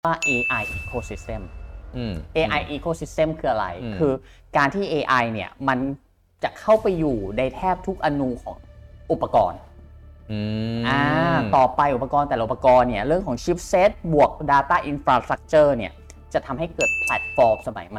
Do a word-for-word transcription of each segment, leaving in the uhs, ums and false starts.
ว่า เอ ไอ Ecosystem อืมเอ ไอ Ecosystem คืออะไรคือการที่ เอ ไอ เนี่ยมันจะเข้าไปอยู่ในแทบทุกอนูของอุปกรณ์อ่าต่อไปอุปกรณ์แต่ละอุปกรณ์เนี่ยเรื่องของ chipset บวก data infrastructure เนี่ยจะทำให้เกิดแพลตฟอร์มสมัยใหม่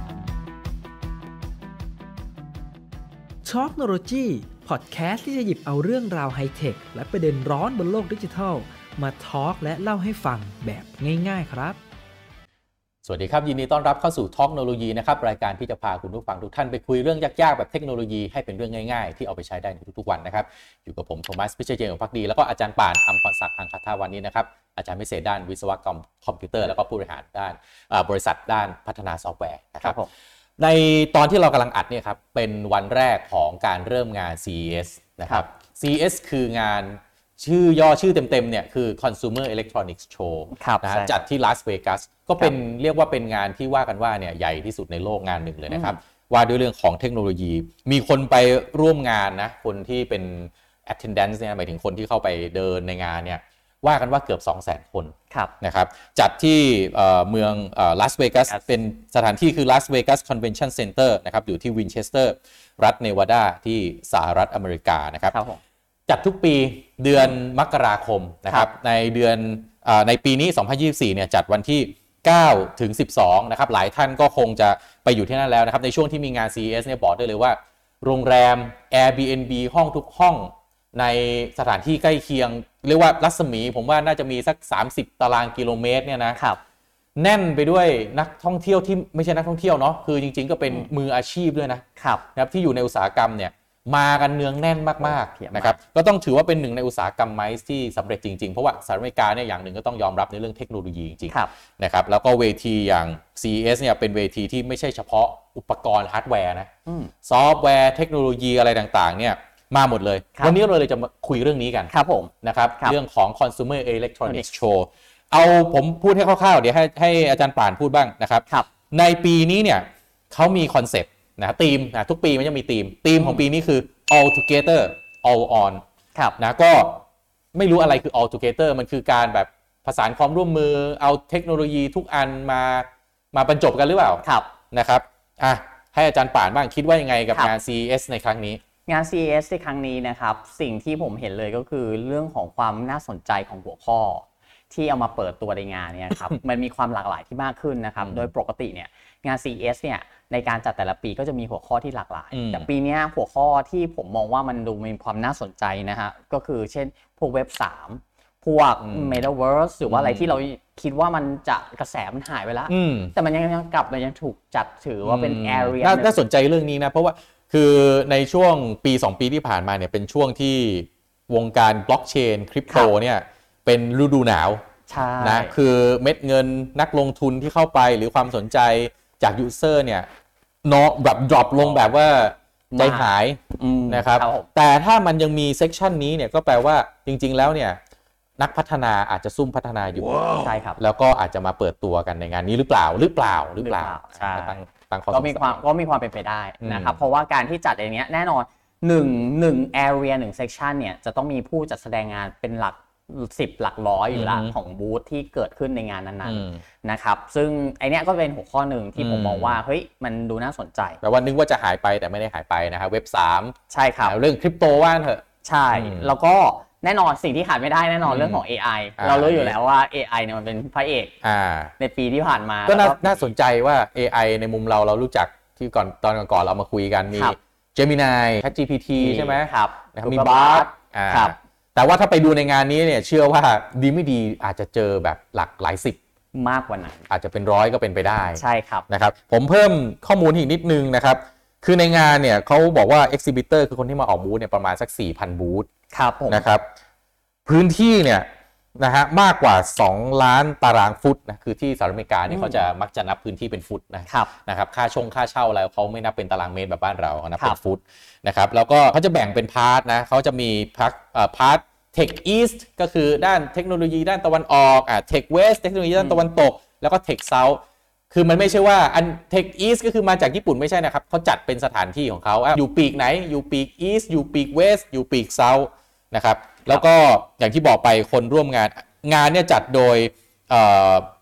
Talknology พอดแคสต์ที่จะหยิบเอาเรื่องราวไฮเทคและประเด็นร้อนบนโลกดิจิทัลมาทอล์กและเล่าให้ฟังแบบง่ายๆครับสวัสดีครับยินดีต้อนรับเข้าสู่ Talknology นะครับรายการที่จะพาคุณผู้ฟังทุกท่านไปคุยเรื่องยากๆแบบเทคโนโลยีให้เป็นเรื่องง่ายๆที่เอาไปใช้ได้ในทุกๆวันนะครับอยู่กับผมโทมัสพิเชษฐ์เจริญของภักดีแล้วก็อาจารย์ป่านอำพรศักดิ์พังคัทธาวันนี้นะครับอาจารย์พิเศษด้านวิศวกรรมคอมพิวเตอร์แล้วก็ผู้บริหารด้านบริษัทด้านพัฒนาซอฟต์แวร์นะครับในตอนที่เรากำลังอัดเนี่ยครับเป็นวันแรกของการเริ่มงาน ซี อี เอส นะครับ ซี อี เอส คืองานชื่อย่อชื่อเต็มๆเนี่ยคือ Consumer Electronics Show นะฮะจัดที่ลาสเวกัสก็เป็นเรียกว่าเป็นงานที่ว่ากันว่าเนี่ยใหญ่ที่สุดในโลกงานหนึ่งเลยนะครับว่าด้วยเรื่องของเทคโนโลยีมีคนไปร่วมงานนะคนที่เป็น attendance เนี่ยหมายถึงคนที่เข้าไปเดินในงานเนี่ยว่ากันว่าเกือบ สองแสน คนนะครับจัดที่เมืองลาสเวกัสเป็นสถานที่คือลาสเวกัสคอนเวนชั่นเซ็นเตอร์นะครับอยู่ที่วินเชสเตอร์รัฐเนวาดาที่สหรัฐอเมริกานะครับจัดทุกปีเดือนมกราคมนะครับในเดือนในปีนี้สองพันยี่สิบสี่เนี่ยจัดวันที่เก้าถึงสิบสองนะครับหลายท่านก็คงจะไปอยู่ที่นั่นแล้วนะครับในช่วงที่มีงาน ซี อี เอส เนี่ยบอกได้เลยว่าโรงแรม Airbnb ห้องทุกห้องในสถานที่ใกล้เคียงเรียกว่ารัศมีผมว่าน่าจะมีสักสามสิบตารางกิโลเมตรเนี่ยนะครับแน่นไปด้วยนักท่องเที่ยวที่ไม่ใช่นักท่องเที่ยวเนาะคือจริงๆก็เป็นมืออาชีพด้วยนะครับนะครับที่อยู่ในอุตสาหกรรมเนี่ยมากันเนืองแน่นมากๆนะครับก็ต้องถือว่าเป็นหนึ่งในอุตสาหกรรมไมซ์ที่สำเร็จจริงๆเพราะว่าสหรัฐอเมริกาเนี่ยอย่างหนึ่งก็ต้องยอมรับในเรื่องเทคโนโลยีจริงๆนะครับแล้วก็เวทีอย่าง ซี อี เอส เนี่ยเป็นเวทีที่ไม่ใช่เฉพาะอุปกรณ์ฮาร์ดแวร์นะซอฟต์แวร์เทคโนโลยีอะไรต่างๆเนี่ยมาหมดเลยวันนี้เราเลยจะมาคุยเรื่องนี้กันครับผมนะครับเรื่องของ Consumer Electronics Show เอาผมพูดให้คร่าวๆเดี๋ยวให้ให้อาจารย์ป่านพูดบ้างนะครับในปีนี้เนี่ยเขามีคอนเซปต์นะธีมนะทุกปีมันจะมีธีมธีมของปีนี้คือ all together all on นะก็ไม่รู้อะไรคือ all together มันคือการแบบผสานความร่วมมือเอาเทคโนโลยีทุกอันมามาบรรจบกันหรือเปล่านะครับอ่ะให้อาจารย์ป่านบ้างคิดว่ายังไงกับงาน ซี อี เอส ในครั้งนี้งาน ซี อี เอส ในครั้งนี้นะครับสิ่งที่ผมเห็นเลยก็คือเรื่องของความน่าสนใจของหัวข้อที่เอามาเปิดตัวในงานเนี่ยครับ มันมีความหลากหลายที่มากขึ้นนะครับโดยปกติเนี่ยงาน ซี อี เอส เนี่ยในการจัดแต่ละปีก็จะมีหัวข้อที่หลากหลายแต่ปีนี้หัวข้อที่ผมมองว่ามันดูมีความน่าสนใจนะฮะก็คือเช่นพวกเว็บสามพวก Metaverse หรือว่าอะไรที่เราคิดว่ามันจะกระแสมันหายไปแล้วแต่มันยังยังกลับมายังถูกจัดถือว่าเป็น area น่าสนใจเรื่องนี้นะเพราะว่าคือในช่วงปีสองปีที่ผ่านมาเนี่ยเป็นช่วงที่วงการบล็อกเชนคริปโตเนี่ยเป็นฤดูหนาวนะคือเม็ดเงินนักลงทุนที่เข้าไปหรือความสนใจจากยูเซอร์เนี่ยเนาะแบบดรอปลงแบบว่าใจหายนะครับแต่ถ้ามันยังมีเซกชันนี้เนี่ยก็แปลว่าจริงๆแล้วเนี่ยนักพัฒนาอาจจะซุ่มพัฒนาอยู่ใช่ครับแล้วก็อาจจะมาเปิดตัวกันในงานนี้หรือเปล่าหรือเปล่าหรือเปล่าใช่ก็มีความก็มีความเป็นไปได้นะครับเพราะว่าการที่จัดอย่างเนี้ยแน่นอนหนึ่ง หนึ่ง area หนึ่ง section เนี่ยจะต้องมีผู้จัดแสดงงานเป็นหลักสิบหลักร้อยอยู่ละของบูธที่เกิดขึ้นในงานนั้นๆนะครับซึ่งไอเนี้ยก็เป็นหัวข้อหนึ่งที่ผมมองว่าเฮ้ยมันดูน่าสนใจแต่ว่านึกว่าจะหายไปแต่ไม่ได้หายไปนะครับเว็บสามใช่ครับเรื่องคริปโตว่าเถอะใช่แล้วก็แน่นอนสิ่งที่ขาดไม่ได้แน่นอนเรื่องของ เอ ไอ เรารู้อยู่แล้วว่า เอ ไอ เนี่ยมันเป็นพระเอกในปีที่ผ่านมาก็น่าสนใจว่า เอ ไอ ในมุมเราเรารู้จักที่ก่อนตอนก่อนเรามาคุยกันมี Gemini ChatGPT ใช่ไหมครับมี Bard ครับแต่ว่าถ้าไปดูในงานนี้เนี่ยเชื่อว่าดีไม่ดีอาจจะเจอแบบหลักหลายสิบมากกว่านั้นอาจจะเป็นร้อยก็เป็นไปได้ใช่ครับนะครับผมเพิ่มข้อมูลอีกนิดนึงนะครับคือในงานเนี่ยเขาบอกว่า Exhibitor คือคนที่มาออกบูธเนี่ยประมาณสัก สี่พัน บูธครับผมนะครับพื้นที่เนี่ยนะฮะมากกว่าสองล้านตารางฟุตนะคือที่สหรัฐอเมริกาเนี่ยเขาจะมักจะนับพื้นที่เป็นฟุตนะครับนะครับค่าชงค่าเช่าอะไรเขาไม่นับเป็นตารางเมตรแบบบ้านเราเขานับเป็นฟุตนะครับแล้วก็เขาจะแบ่งเป็นพาร์ทนะเขาจะมีพาร์ทเอ่อพาร์ท Tech East ก็คือด้านเทคโนโลยีด้านตะวันออกอ่า Tech West เทคโนโลยีด้านตะวันตกแล้วก็ Tech South คือมันไม่ใช่ว่าอัน Tech East ก็คือมาจากญี่ปุ่นไม่ใช่นะครับเขาจัดเป็นสถานที่ของเขาอยู่ปีกไหนอยู่ปีก East อยู่ปีก West อยู่ปีก South นะครับแล้วก็อย่างที่บอกไปคนร่วมงานงานเนี่ยจัดโดย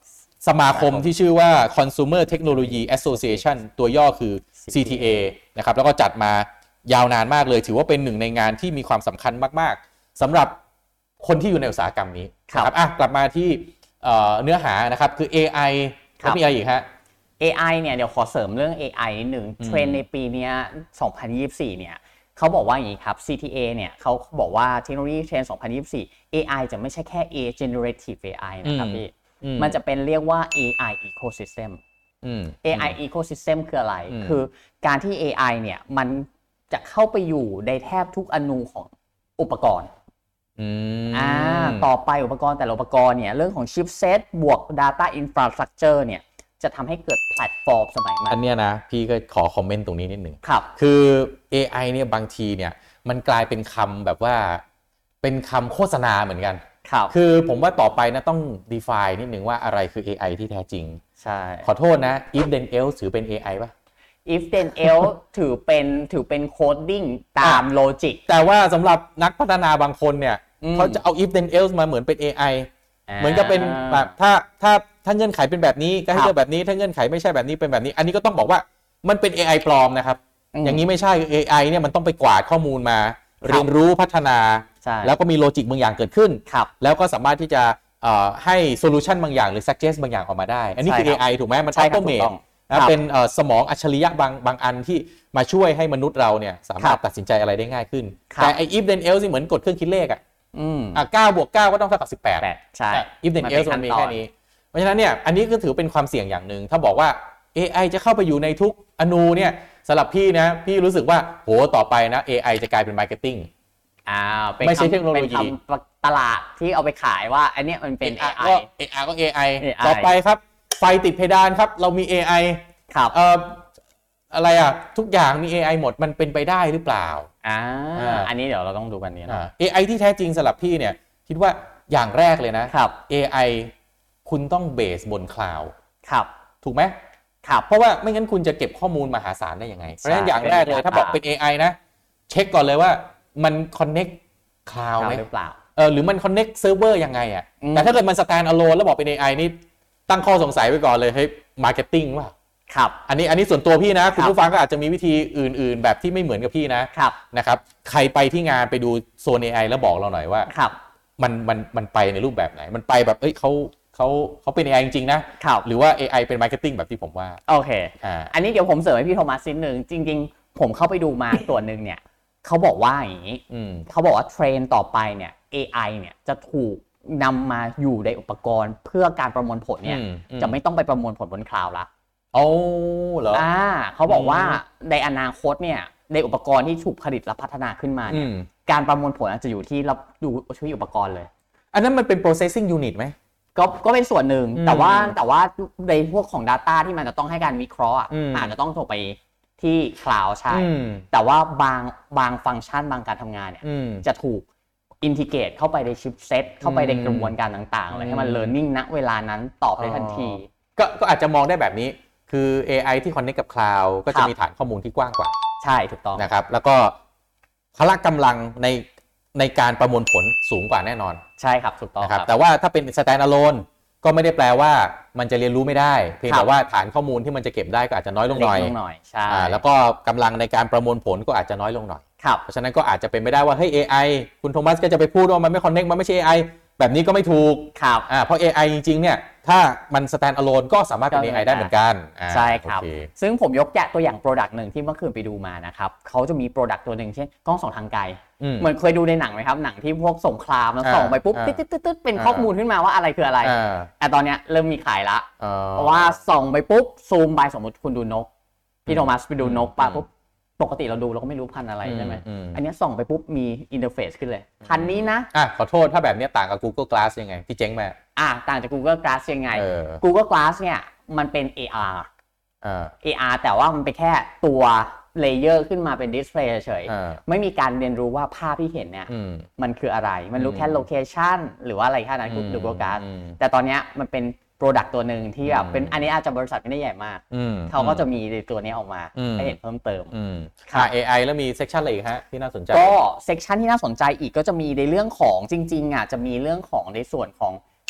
สมาคมที่ชื่อว่า Consumer Technology Association ตัวย่อคือ ซี ที เอ นะครับแล้วก็จัดมายาวนานมากเลยถือว่าเป็นหนึ่งในงานที่มีความสำคัญมากๆสำหรับคนที่อยู่ในอุตสาหกรรมนี้นะครับอ่ะกลับมาที่เนื้อหานะครับคือ เอ ไอ แล้วมีอะไรอีกฮะเอ ไอ เนี่ยเดี๋ยวขอเสริมเรื่อง เอ ไอ นิดนึงเทรนด์ในปีนี้สองพันยี่สิบสี่เนี่ยเขาบอกว่าอย่างนี้ครับ ซี ที เอ เนี่ยเขาบอกว่าเทคโนโลยีเทรนด์สองพันยี่สิบสี่ เอ ไอ จะไม่ใช่แค่ A generative เอ ไอ นะครับพี่มันจะเป็นเรียกว่า เอ ไอ ecosystem เอ ไอ ecosystem คืออะไรคือการที่ เอ ไอ เนี่ยมันจะเข้าไปอยู่ในแทบทุกอนูของอุปกรณ์อ่าต่อไปอุปกรณ์แต่ละอุปกรณ์เนี่ยเรื่องของ chipset บวก data infrastructure เนี่ยจะทำให้เกิดแพลตฟอร์มสมัยใหม่อันเนี้ยนะพี่ก็ขอคอมเมนต์ตรงนี้นิดหนึ่งครับคือ เอ ไอ เนี่ยบางทีเนี่ยมันกลายเป็นคำแบบว่าเป็นคำโฆษณาเหมือนกันครับคือผมว่าต่อไปนะต้อง define นิดหนึ่งว่าอะไรคือ เอ ไอ ที่แท้จริงใช่ขอโทษนะ if then else ถือเป็น เอ ไอ ป่ะ if then else ถือเป็นถือเป็นโคดดิ้งตามโลจิกแต่ว่าสำหรับนักพัฒนาบางคนเนี่ยเขาจะเอา if then else มาเหมือนเป็น เอ ไอ เหมือนกับเป็นแบบถ้าถ้าถ้าเงื่อนไขเป็นแบบนี้ก็ให้เลือกแบบนี้ถ้าเงื่อนไขไม่ใช่แบบนี้เป็นแบบนี้อันนี้ก็ต้องบอกว่ามันเป็น เอ ไอ ปลอมนะครับอย่างนี้ไม่ใช่ เอ ไอ เนี่ยมันต้องไปกวาดข้อมูลมาเรียนรู้พัฒนาแล้วก็มีโลจิกบางอย่างเกิดขึ้นแล้วก็สามารถที่จะให้โซลูชันบางอย่างหรือ suggest บางอย่างออกมาได้อันนี้คือ เอ ไอ ถูกไหมมัน automate นะเป็นสมองอัจฉริยะบางบางอันที่มาช่วยให้มนุษย์เราเนี่ยสามารถตัดสินใจอะไรได้ง่ายขึ้นแต่ไอ้ if then else เหมือนกดเครื่องคิดเลขอ่ะอ่ะเก้าบวกเก้าก็ต้องเท่ากับสิบแปดใช่ if then else มันมีแค่นี้เพราะฉะนั้นเนี่ยอันนี้ก็ถือเป็นความเสี่ยงอย่างหนึ่งถ้าบอกว่า เอ ไอ จะเข้าไปอยู่ในทุกอนูเนี่ยสำหรับพี่นะพี่รู้สึกว่าโหต่อไปนะ เอ ไอ จะกลายเป็น marketing อ่าไม่ใช่เทคโนโลยีเป็นคำตลาดที่เอาไปขายว่าอันนี้มันเป็น เอ ไอเอ ไอ ก็ เอ ไอ ต่อไปครับไฟติดเพดานครับเรามี เอ ไอครับเอ่ออะไรอ่ะทุกอย่างมี เอ ไอ หมดมันเป็นไปได้หรือเปล่าอ่าอันนี้เดี๋ยวเราต้องดูกันนี้นะเอ ไอ ที่แท้จริงสำหรับพี่เนี่ยคิดว่าอย่างแรกเลยนะครับ เอ ไอ คุณต้องเบสบนคลาวด์ครับถูกไหมครับเพราะว่าไม่งั้นคุณจะเก็บข้อมูลมหาศาลได้ยังไงเพราะฉะนั้นอย่างแรกเลยถ้าบอกเป็น เอ ไอ นะเช็คก่อนเลยว่ามัน connect cloud ไหมหรือเปล่าเออหรือมัน connect server ยังไงอ่ะแต่ถ้าเกิดมัน stand alone แล้วบอกเป็น เอ ไอ นี่ตั้งข้อสงสัยไว้ก่อนเลยเฮ้ย marketing ว่ะครับอันนี้อันนี้ส่วนตัวพี่นะคุณผู้ฟังก็อาจจะมีวิธีอื่นๆแบบที่ไม่เหมือนกับพี่นะครับนะครับใครไปที่งานไปดูโซน เอ ไอ แล้วบอกเราหน่อยว่ามันมันมันไปในรูปแบบไหนมันไปแบบเอ้ยเขาเขาเขาเป็น เอ ไอ จริงๆนะหรือว่า เอ ไอ เป็น marketing แบบที่ผมว่าโอเคอ่าอันนี้เดี๋ยวผมเสริมให้พี่โทมัสนิดนึงจริงๆผมเข้าไปดูมาส่วนหนึ่งเนี่ยเขาบอกว่าอย่างนี้เขาบอกว่าเทรนด์ต่อไปเนี่ย เอ ไอ เนี่ยจะถูกนำมาอยู่ในอุปกรณ์เพื่อการประมวลผลเนี่ยจะไม่ต้องไปประมวลผลบนคลาวด์ละโอ้เหรออ่าเขาบอกว่าในอนาคตเนี่ยในอุปกรณ์ที่ถูกผลิตและพัฒนาขึ้นมาเนี่ยการประมวลผลอาจจะอยู่ที่รับดูที่อุปกรณ์เลยอันนั้นมันเป็น processing unit ไหมก็ก็เป็นส่วนหนึ่งแต่ว่าแต่ว่าในพวกของ Data ที่มันจะต้องให้การวิเคราะห์อาจจะต้องส่งไปที่คลาวด์ใช่แต่ว่าบางบางฟังก์ชันบางการทำงานเนี่ยจะถูกอินทิเกรตเข้าไปในชิปเซตเข้าไปในกระบวนการต่างๆเลยให้มัน learning ณเวลานั้นตอบได้ทันทีก็ก็อาจจะมองได้แบบนี้คือ เอ ไอ ที่ connect กับ cloud ก็จะมีฐานข้อมูลที่กว้างกว่าใช่ถูกต้องนะครับแล้วก็พละกำลังในในการประมวลผลสูงกว่าแน่นอนใช่ครับถูกต้องครับแต่ว่าถ้าเป็น stand alone ก็ไม่ได้แปลว่ามันจะเรียนรู้ไม่ได้เพียงแต่ว่าฐานข้อมูลที่มันจะเก็บได้ก็อาจจะน้อยลงหน่อยใช่แล้วก็กำลังในการประมวลผลก็อาจจะน้อยลงหน่อยเพราะฉะนั้นก็อาจจะเป็นไม่ได้ว่าเฮ้ย เอ ไอ คุณโทมัสก็จะไปพูดว่ามันไม่ connect มันไม่ใช่ เอ ไอ แบบนี้ก็ไม่ถูกครับอ่าเพราะ เอ ไอ จริงๆเนี่ยถ้ามัน stand alone ก็สามารถเป็น เอ ไอ ได้เหมือนกันใช่ครับซึ่งผมยกแยะตัวอย่าง product หนึ่งที่เมื่อคืนไปดูมานะครับเขาจะมี product ตัวหนึ่งเช่นกล้องส่องทางไกลเหมือนเคยดูในหนังไหมครับหนังที่พวกสงครามแล้วส่องไปปุ๊บตึ๊ดๆๆเป็นข้อมูลขึ้นมาว่าอะไรคืออะไรแต่ตอนนี้เริ่มมีขายละเพราะว่าส่องไปปุ๊บซูมไปสมมติคุณดูนกพี่โทมัสไปดูนกป่ะปุ๊บปกติเราดูเราก็ไม่รู้พันธุ์อะไรใช่ไหมอันนี้ส่องไปปุ๊บมีอินเทอร์เฟซขึ้นเลยพันนี้นะอ่ะขอโทษถ้าแบบนี้ต่างกับ Google Glass ยังไงที่เจ๊งมาอ่ะต่างจาก Google Glass ยังไง Google Glass เนี่ยมันเป็น เอ อาร์ เอ อาร์ แต่ว่ามันเป็นแค่ตัวเลเยอร์ขึ้นมาเป็นดิสเพลย์เฉยไม่มีการเรียนรู้ว่าภาพที่เห็นเนี่ยมันคืออะไรมันรู้แค่โลเคชันหรือว่าอะไรแค่นั้น Google Glass แต่ตอนนี้มันเป็นProduct ตัวหนึ่งที่แบบเป็นอันนี้อาจจะบริษัทไม่ได้ใหญ่มากเขาก็จะมีตัวนี้ออกมาให้เห็นเพิ่มเติมค่ะ เอ ไอ แล้วมีเซกชันอะไรอีกฮะที่น่าสนใจก็เซกชันที่น่าสนใจอีกก็จะมีในเรื่องของจริงๆอ่ะจะมีเรื่องของในส่วนของ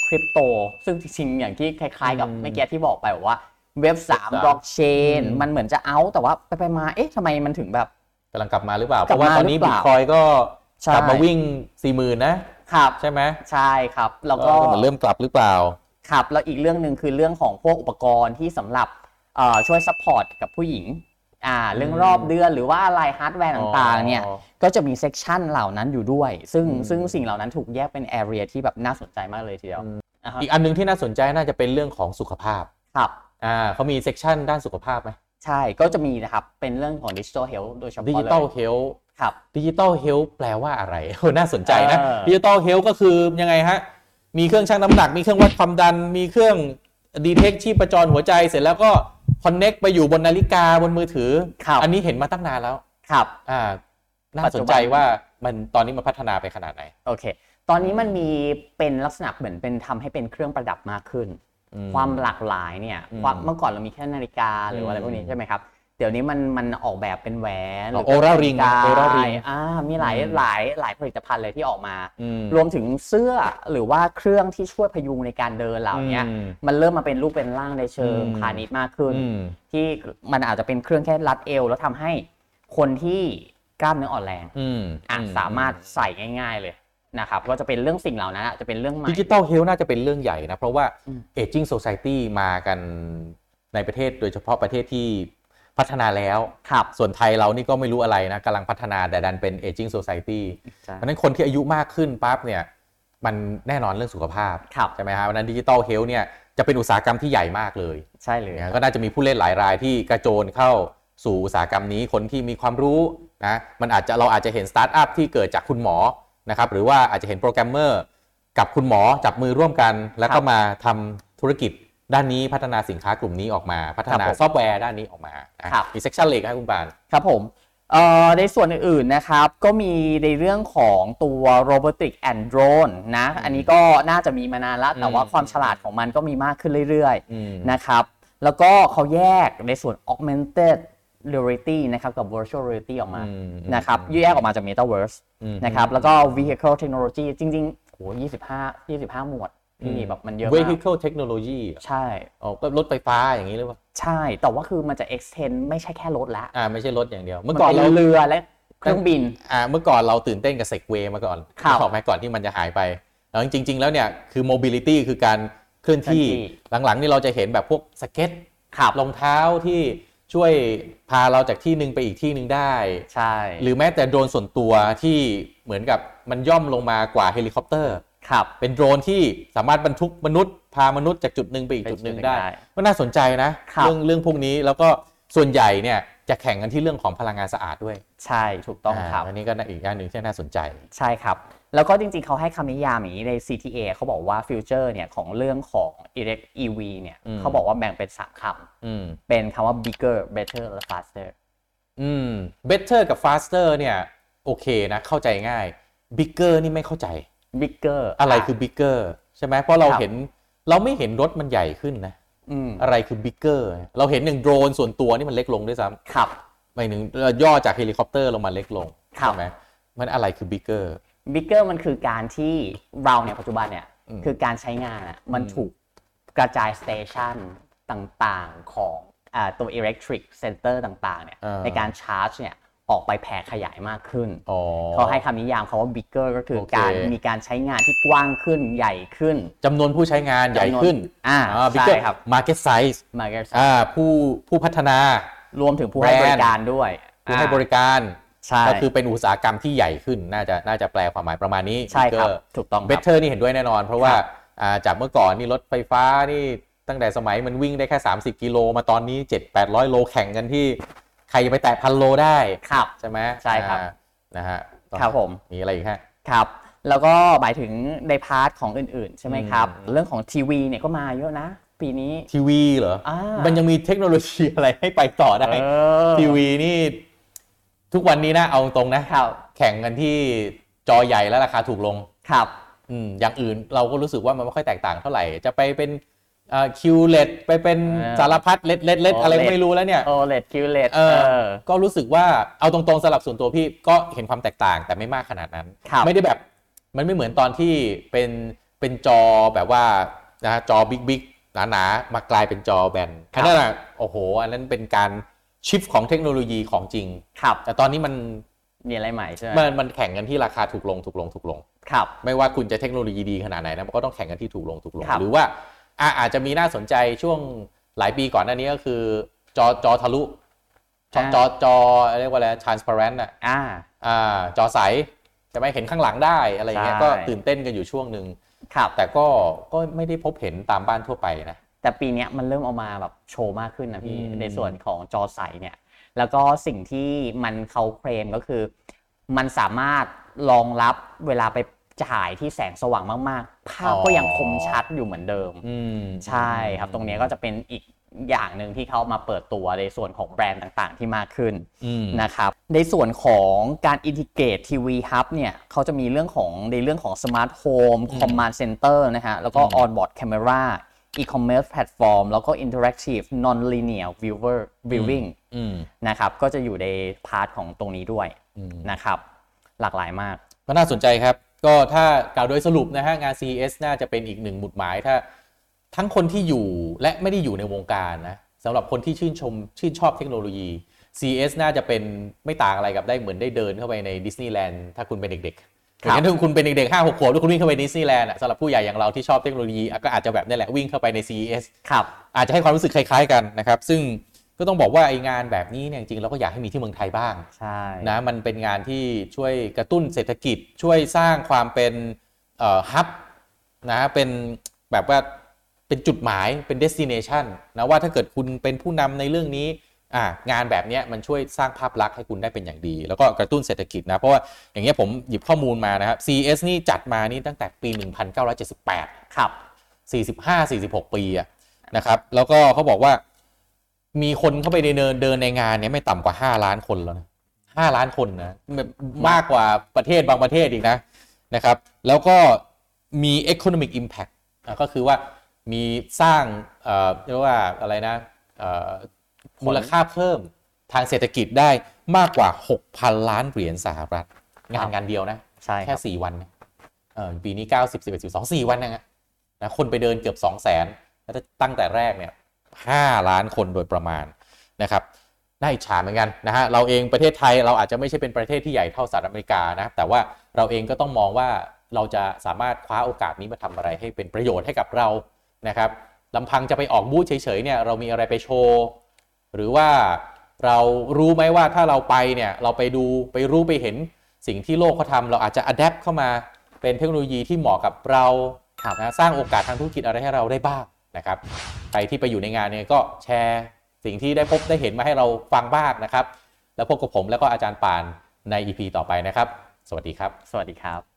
คริปโตซึ่งจริงๆอย่างที่คล้ายๆกับอืมเมื่อกี้ที่บอกไปว่าเว็บสามเว็บสามบล็อกเชนอืมมันเหมือนจะเอาแต่ว่าไปไปมาเอ๊ะทำไมมันถึงแบบกำลังกลับมาหรือเปล่ากเพลับราะว่ามาตอนนี้หรือเปบิตล่าคอยก็ใช่กลับมาวิ่ง สี่หมื่น นะครับ ใช่ไหมใช่ครับแล้วก็เหมือนเริ่มกลับหรือเปล่าครับแล้วอีกเรื่องหนึ่งคือเรื่องของพวกอุปกรณ์ที่สำหรับเอ่อช่วยซัพพอร์ตกับผู้หญิงอ่าเรื่องรอบเดือนหรือว่าอะไรฮาร์ดแวร์ต่างๆเนี่ยอ๋อก็จะมีเซกชันเหล่านั้นอยู่ด้วย ซึ่งอืมซึ่งสิ่งเหล่านั้นถูกแยกเป็นแอเรียที่แบบน่าสนใจมากเลยทีเดียวอ่าฮะอีกอันนึงที่น่าสนใจน่าจะเป็นเรื่องของสุขภาพครับอ่าเขามีเซกชันด้านสุขภาพไหมใช่ก็จะมีนะครับเป็นเรื่องของดิจิทัลเฮลท์โดยเฉพาะดิเลยจิตอลเฮลท์ครับดิจิตอลเฮลท์แปลว่าอะไร โอ้น่าสนใจนะเออดิจิตอลเฮลท์ก็คือยังไงฮะมีเครื่องชั่งน้ำหนักมีเครื่องวัดความดันมีเครื่องดีเทคชีพจรหัวใจเสร็จแล้วก็คอนเน็กไปอยู่บนนาฬิกาบนมือถือครับอันนี้เห็นมาตั้งนานแล้วครับอ่าน่าปัจสจุนบันใจว่ามันตอนนี้มันพัฒนาไปขนาดไหนโอเค ตอนนี้มันมีเป็นลักษณะเหมือนเป็นทำให้เป็นเครื่องประดับมากขึ้นอืมความหลากหลายเนี่ยอืมความเมื่อก่อนเรามีแค่นาฬิกาหรือว่าอะไรอืมพวกนี้ใช่ไหมครับ เดี๋ยวนี้มันมันออกแบบเป็นแหวนหอ๋อรือเป็น Oura Ring นาฬิกา Oura Ring อ่ามีหลายอืมหลายหลายผลิตภัณฑ์เลยที่ออกมาอืมรวมถึงเสื้อหรือว่าเครื่องที่ช่วยพยุงในการเดินเหล่านี้อืมมันเริ่มมาเป็นรูปเป็นร่างในเชิงอืมพาณิชย์มากขึ้นอืมที่มันอาจจะเป็นเครื่องแค่รัดเอวแล้วทำให้คนที่กล้ามเนื้ออ่อนแรงอืมอ่ะสามารถใส่ง่ายๆเลยนะครับก็จะเป็นเรื่องสิ่งเหล่านั้นอ่ะจะเป็นเรื่องใหม่ดิจิตอลเฮลท์น่าจะเป็นเรื่องใหญ่นะ เพราะว่าอืม Aging Society มากันในประเทศโดยเฉพาะประเทศที่พัฒนาแล้วครับส่วนไทยเรานี่ก็ไม่รู้อะไรนะกำลังพัฒนาแต่ดันเป็น Aging Society ใช่เพราะฉะนั้นคนที่อายุมากขึ้นปั๊บเนี่ยมันแน่นอนเรื่องสุขภาพครับใช่ไหมครับเพราะฉะนั้นดิจิตอลเฮลท์เนี่ยจะเป็นอุตสาหกรรมที่ใหญ่มากเลยใช่เลยนะก็น่าจะมีผู้เล่นหลายรายที่กระโจนเข้าสู่อุตสาหกรรมนี้คนที่มีความรู้นะมันอาจจะเราอาจจะเห็นสตาร์ทอัพที่เกิดจากคุณหมอนะครับหรือว่าอาจจะเห็นโปรแกรมเมอร์กับคุณหมอจับมือร่วมกัน แล้วก็มาทำธุรกิจด้านนี้พัฒนาสินค้ากลุ่มนี้ออกมาพัฒนาซอฟต์แวร์ด้านนี้ออกมานะมีเซกชันเล็กให้คุณปานครับผมเอ่อในส่วนอื่นๆนะครับก็มีในเรื่องของตัว robotic and drone นะอันนี้ก็น่าจะมีมานานแล้วแต่ว่าความฉลาดของมันก็มีมากขึ้นเรื่อยอืมๆนะครับแล้วก็เขาแยกในส่วน augmented reality นะครับกับ virtual reality ออกมาอืมนะครับแยกออกมาจาก metaverse อืมนะครับแล้วก็ vehicle technology จริงๆโหยี่สิบห้า ยี่สิบห้าหมวดที่แบบมันเยอะมาก vehicle technology ใช่อ๋อก็รถไฟฟ้าอย่างนี้หรือเปล่าใช่แต่ว่าคือมันจะ extend ไม่ใช่แค่รถแล้วอ่าไม่ใช่รถอย่างเดียวเมื่เมื่อก่อนเราเรือและเครื่องบินอ่าเมื่อก่อนเราตื่นเต้นกับเซกเวย์มาก่อนครับออกไหมก่อนที่มันจะหายไปแล้วจริง ๆ แล้วเนี่ยคือ mobility คือการเคลื่อนที่เคลื่อนที่หลังๆนี่เราจะเห็นแบบพวกสเก็ตครับรองเท้าที่ช่วยพาเราจากที่หนึ่งไปอีกที่หนึ่งได้ใช่หรือแม้แต่โดรนส่วนตัวที่เหมือนกับมันย่อมลงมากว่าเฮลิคอปเตอร์ครับเป็นโดรนที่สามารถบรรทุกมนุษย์พามนุษย์จากจุดหนึ่งไปอีกจุดหนึ่งได้ไปจุดหนึ่งได้ก็น่าสนใจนะครับ เรื่องเรื่องพวกนี้แล้วก็ส่วนใหญ่เนี่ยจะแข่งกันที่เรื่องของพลังงานสะอาดด้วยใช่ถูกต้องครับอันนี้ก็อีกอย่างหนึ่งที่น่าสนใจใช่ครับ แล้วก็จริงๆ เขาให้คำนิยามอย่างนี้ใน ซี ที เอ เขาบอกว่าฟิวเจอร์เนี่ยของเรื่องของ elect อี วี เนี่ยอืมเขาบอกว่าแบ่งเป็นสามคอืมำเป็นคำว่า bigger better และ faster อืม better กับ faster เนี่ยโอเคนะเข้าใจง่าย bigger นี่ไม่เข้าใจ bigger อะไรคือ bigger ใช่ไหมเพราะเราครับเห็นเราไม่เห็นรถมันใหญ่ขึ้นนะอืมอะไรคือ bigger เราเห็นหนึ่งโดรนส่วนตัวนี่มันเล็กลงด้วยซ้ครับำไม่หนึ่งย่อจากเฮลิคอปเตอร์ลงมาเล็กลงครับใช่ไหมมันอะไรคือ bigger bigger มันคือการที่เราเนี่ยปัจจุบันเนี่ยอืมคือการใช้งานอะมันถูกกระจายสเตชันต่างๆของอ่าตัว electric center ต่างๆเนี่ยอ่าในการชาร์จเนี่ยออกไปแผ่ขยายมากขึ้นอ๋อเขาให้คำนิยามเขาว่า bigger ก็คือโอเคการมีการใช้งานที่กว้างขึ้นใหญ่ขึ้นจำนวนผู้ใช้งานใหญ่ขึ้นอ่า bigger ใช่ครับ market size market อ่าผู้ผู้พัฒนารวมถึงผู้ให้แบรนด์บริการด้วยผู้ให้บริการใช่ก็คือเป็นอุตสาหกรรมที่ใหญ่ขึ้นน่าจะน่าจะแปลความหมายประมาณนี้ใช่ครับ bigger ถูกต้องครับ better นี่เห็นด้วยแน่นอน เพราะว่าครับอ่าจากเมื่อก่อนนี่รถไฟฟ้านี่ตั้งแต่สมัยมันวิ่งได้แค่สามสิบกิโลมาตอนนี้เจ็ดแปดร้อยโลแข่งกันที่ใครจะไปแตะพันโลได้ครับใช่ไหมใช่ครับอ่านะฮะครับผมมีอะไรอีกฮะครับ แล้วก็หมายถึงในพาร์ทของอื่นๆ ใช่ไหมครับอืมเรื่องของทีวีเนี่ยก็มาเยอะนะ ปีนี้ทีวีเหรออ่ามัมันยังมีเทคโนโลยีอะไรให้ไปต่อได้เออทีวีนี่ทุกวันนี้นะเอาตรงนะครับ แข่งกันที่จอใหญ่แล้วราคาถูกลงครับอืมอย่างอื่นเราก็รู้สึกว่ามันไม่ค่อยแตกต่างเท่าไหร่ จะไปเป็นคิวเลดไปเป็นเออสารพัดเล็ดเล็ดเล็ดโออะไรเลดไม่รู้แล้วเนี่ยโอ แอล อี ดี คิว แอล อี ดีเออก็รู้สึกว่าเอาตรงๆสำหรับส่วนตัวพี่ก็เห็นความแตกต่างแต่ไม่มากขนาดนั้นครับไม่ได้แบบมันไม่เหมือนตอนที่เป็นเเป็นจอแบบว่านะจอบิ๊กๆหนาๆมากลายเป็นจอแบนอันนั้นน่ะโอ้โหอันนั้นเป็นการชิฟของเทคโนโลยีของจริงครับแต่ตอนนี้มันมีอะไรใหม่ใช่ไหมมันมันแข่งกันที่ราคาถูกลงถูกลงถูกลงครับไม่ว่าคุณจะเทคโนโลยีดีขนาดไหนนะมันก็ต้องแข่งกันที่ถูกลงถูกลงหรือว่าอ่ะอาจจะมีน่าสนใจช่วงหลายปีก่อนหน้านี้ก็คือจอจอทะลุจอจอจอเรียกว่าอะไร transparent อ่ะอ่าอ่าจอใสจะไม่เห็นข้างหลังได้อะไรเงี้ยก็ตื่นเต้นกันอยู่ช่วงหนึ่งครับแต่ก็ก็ไม่ได้พบเห็นตามบ้านทั่วไปนะแต่ปีนี้มันเริ่มเอามาแบบโชว์มากขึ้นนะพี่ในส่วนของจอใสเนี่ยแล้วก็สิ่งที่มันเขาเคลมก็คือมันสามารถรองรับเวลาไปถ่ายที่แสงสว่างมากๆภาพก็ยังคมชัดอยู่เหมือนเดิมใช่ครับตรงนี้ก็จะเป็นอีกอย่างหนึ่งที่เขามาเปิดตัวในส่วนของแบรนด์ต่างๆที่มากขึ้นนะครับในส่วนของการอินทิเกรตทีวีฮับเนี่ยเขาจะมีเรื่องของในเรื่องของสมาร์ทโฮมคอมมานด์เซ็นเตอร์นะฮะแล้วก็ออนบอร์ดแคมเมราe-commerce platform แล้วก็ interactive non-linear viewer viewing นะครับก็จะอยู่ในพาร์ทของตรงนี้ด้วยนะครับหลากหลายมากก็น่าสนใจครับก็ถ้ากล่าวโดยสรุปนะฮะงาน ซี อี เอส น่าจะเป็นอีกหนึ่งหมุดหมายถ้าทั้งคนที่อยู่และไม่ได้อยู่ในวงการนะสำหรับคนที่ชื่นชมชื่นชอบเทคโนโลยี ซี อี เอส น่าจะเป็นไม่ต่างอะไรกับได้เหมือนได้เดินเข้าไปในดิสนีย์แลนด์ถ้าคุณเป็นเด็กๆอย่างนั้นถ้าคุณเป็นเด็กๆห้าหกขวบแล้วคุณวิ่งเข้าไปดิสนีย์แลนด์สำหรับผู้ใหญ่อย่างเราที่ชอบเทคโนโลยีก็อาจจะแบบนี้แหละวิ่งเข้าไปใน ซี อี เอสครับอาจจะให้ความรู้สึกคล้ายๆกันนะครับซึ่งก็ต้องบอกว่าไองานแบบนี้เนี่ยจริงๆเราก็อยากให้มีที่เมืองไทยบ้างใช่นะมันเป็นงานที่ช่วยกระตุ้นเศรษฐกิจช่วยสร้างความเป็นเอ่อฮับนะเป็นแบบว่าเป็นจุดหมายเป็น destination นะว่าถ้าเกิดคุณเป็นผู้นำในเรื่องนี้อ่างานแบบนี้มันช่วยสร้างภาพลักษณ์ให้คุณได้เป็นอย่างดีแล้วก็กระตุ้นเศรษฐกิจนะเพราะว่าอย่างเงี้ยผมหยิบข้อมูลมานะครับ ซี อี เอส นี่จัดมานี่ตั้งแต่ปีหนึ่งพันเก้าร้อยเจ็ดสิบแปดครับสี่สิบห้า สี่สิบหกปีอะนะครับแล้วก็เขาบอกว่ามีคนเข้าไปเดินเดินในงานเนี้ยไม่ต่ำกว่าห้าล้านคนแล้วนะห้าล้านคนนะมากกว่าประเทศบางประเทศอีกนะนะครับแล้วก็มี economic impact ก็คือว่ามีสร้างเอ่อเรียกว่าอะไรนะเอ่อมูลค่าเพิ่มทางเศรษฐกิจได้มากกว่า หกพัน ล้านเหรียญสหรัฐงานงานเดียวนะใช่แค่สี่วันเอ่อปีนี้เก้าสิบ สิบเอ็ด สิบสอง สี่วันนะนะคนไปเดินเกือบ สองแสน แล้วตั้งแต่แรกเนี่ยห้าล้านคนโดยประมาณนะครับน่าอิจฉาเหมือนกันนะฮะเราเองประเทศไทยเราอาจจะไม่ใช่เป็นประเทศที่ใหญ่เท่าสหรัฐอเมริกานะแต่ว่าเราเองก็ต้องมองว่าเราจะสามารถคว้าโอกาสนี้มาทำอะไรให้เป็นประโยชน์ให้กับเรานะครับลำพังจะไปออกบูธเฉยๆเนี่ยเรามีอะไรไปโชว์หรือว่าเรารู้ไหมว่าถ้าเราไปเนี่ยเราไปดูไปรู้ไปเห็นสิ่งที่โลกเขาทำเราอาจจะอัดแอปเข้ามาเป็นเทคโนโลยีที่เหมาะกับเรานะสร้างโอกาสทางธุรกิจอะไรให้เราได้บ้างนะครับใครที่ไปอยู่ในงานเนี่ยก็แชร์สิ่งที่ได้พบได้เห็นมาให้เราฟังบ้างนะครับแล้วพบกับผมแล้วก็อาจารย์ปานใน อี พี ต่อไปนะครับสวัสดีครับสวัสดีครับ